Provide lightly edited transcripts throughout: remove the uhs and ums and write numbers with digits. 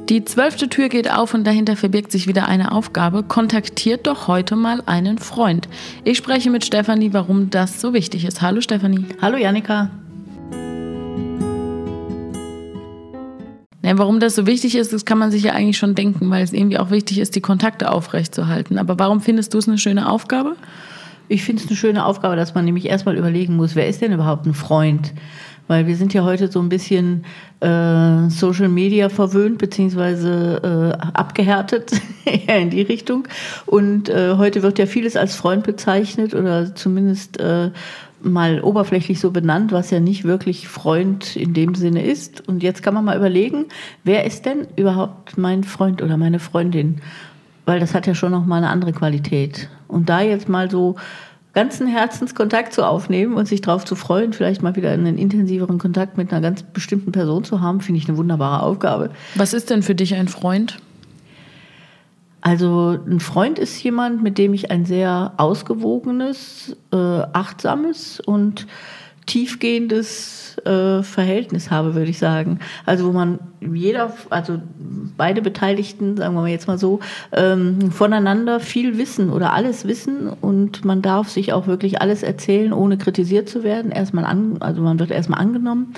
Die 12. Tür geht auf und dahinter verbirgt sich wieder eine Aufgabe. Kontaktiert doch heute mal einen Freund. Ich spreche mit Stefanie, warum das so wichtig ist. Hallo Stefanie. Hallo Jannika. Ja, warum das so wichtig ist, das kann man sich ja eigentlich schon denken, weil es irgendwie auch wichtig ist, die Kontakte aufrechtzuerhalten. Aber warum findest du es eine schöne Aufgabe? Ich finde es eine schöne Aufgabe, dass man nämlich erstmal überlegen muss, wer ist denn überhaupt ein Freund? Weil wir sind ja heute so ein bisschen Social Media verwöhnt, beziehungsweise abgehärtet, eher in die Richtung. Und heute wird ja vieles als Freund bezeichnet oder zumindest mal oberflächlich so benannt, was ja nicht wirklich Freund in dem Sinne ist. Und jetzt kann man mal überlegen, wer ist denn überhaupt mein Freund oder meine Freundin? Weil das hat ja schon noch mal eine andere Qualität. Und da jetzt mal so ganzen Herzenskontakt zu aufnehmen und sich darauf zu freuen, vielleicht mal wieder einen intensiveren Kontakt mit einer ganz bestimmten Person zu haben, finde ich eine wunderbare Aufgabe. Was ist denn für dich ein Freund? Also ein Freund ist jemand, mit dem ich ein sehr ausgewogenes, achtsames und tiefgehendes Verhältnis habe, würde ich sagen. Also wo man also beide Beteiligten, sagen wir mal jetzt mal so, voneinander viel wissen oder alles wissen und man darf sich auch wirklich alles erzählen, ohne kritisiert zu werden. Also man wird erstmal angenommen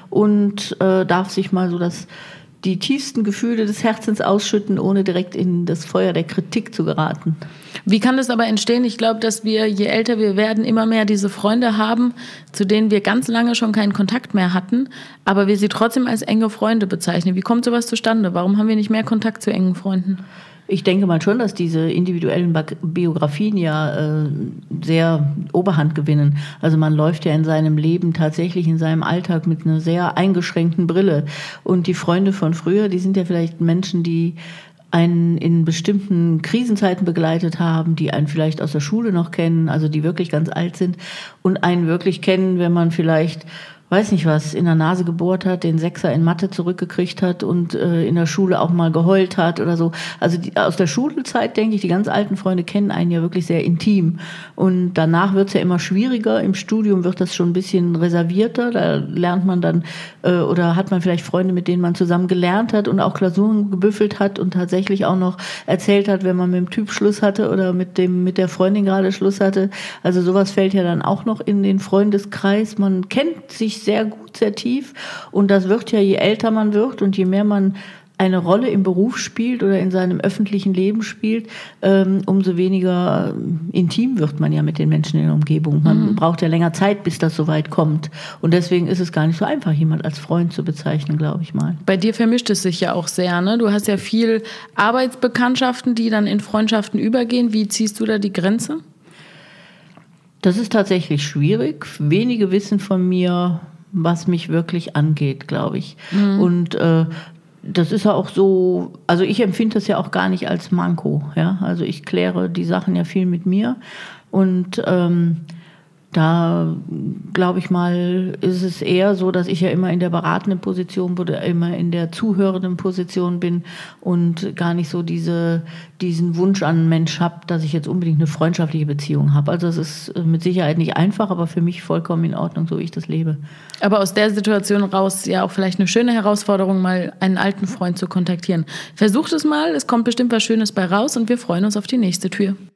und darf sich mal so die tiefsten Gefühle des Herzens ausschütten, ohne direkt in das Feuer der Kritik zu geraten. Wie kann das aber entstehen? Ich glaube, dass wir, je älter wir werden, immer mehr diese Freunde haben, zu denen wir ganz lange schon keinen Kontakt mehr hatten, aber wir sie trotzdem als enge Freunde bezeichnen. Wie kommt sowas zustande? Warum haben wir nicht mehr Kontakt zu engen Freunden? Ich denke mal schon, dass diese individuellen Biografien ja sehr Oberhand gewinnen. Also man läuft ja in seinem Leben tatsächlich in seinem Alltag mit einer sehr eingeschränkten Brille. Und die Freunde von früher, die sind ja vielleicht Menschen, die einen in bestimmten Krisenzeiten begleitet haben, die einen vielleicht aus der Schule noch kennen, also die wirklich ganz alt sind und einen wirklich kennen, wenn man vielleicht weiß nicht was, in der Nase gebohrt hat, den Sechser in Mathe zurückgekriegt hat und in der Schule auch mal geheult hat oder so. Also aus der Schulzeit, denke ich, die ganz alten Freunde kennen einen ja wirklich sehr intim. Und danach wird es ja immer schwieriger. Im Studium wird das schon ein bisschen reservierter. Da lernt man dann oder hat man vielleicht Freunde, mit denen man zusammen gelernt hat und auch Klausuren gebüffelt hat und tatsächlich auch noch erzählt hat, wenn man mit dem Typ Schluss hatte oder mit der Freundin gerade Schluss hatte. Also sowas fällt ja dann auch noch in den Freundeskreis. Man kennt sich sehr gut, sehr tief. Und das wird ja, je älter man wird und je mehr man eine Rolle im Beruf spielt oder in seinem öffentlichen Leben spielt, umso weniger intim wird man ja mit den Menschen in der Umgebung. Man braucht ja länger Zeit, bis das soweit kommt. Und deswegen ist es gar nicht so einfach, jemand als Freund zu bezeichnen, glaube ich mal. Bei dir vermischt es sich ja auch sehr, ne? Du hast ja viel Arbeitsbekanntschaften, die dann in Freundschaften übergehen. Wie ziehst du da die Grenze? Das ist tatsächlich schwierig. Wenige wissen von mir, was mich wirklich angeht, glaube ich. Und das ist ja auch so, also ich empfinde das ja auch gar nicht als Manko. Ja? Also ich kläre die Sachen ja viel mit mir und da glaube ich mal, ist es eher so, dass ich ja immer in der beratenden Position oder immer in der zuhörenden Position bin und gar nicht so diesen Wunsch an einen Mensch habe, dass ich jetzt unbedingt eine freundschaftliche Beziehung habe. Also es ist mit Sicherheit nicht einfach, aber für mich vollkommen in Ordnung, so wie ich das lebe. Aber aus der Situation raus ja auch vielleicht eine schöne Herausforderung, mal einen alten Freund zu kontaktieren. Versucht es mal, es kommt bestimmt was Schönes bei raus und wir freuen uns auf die nächste Tür.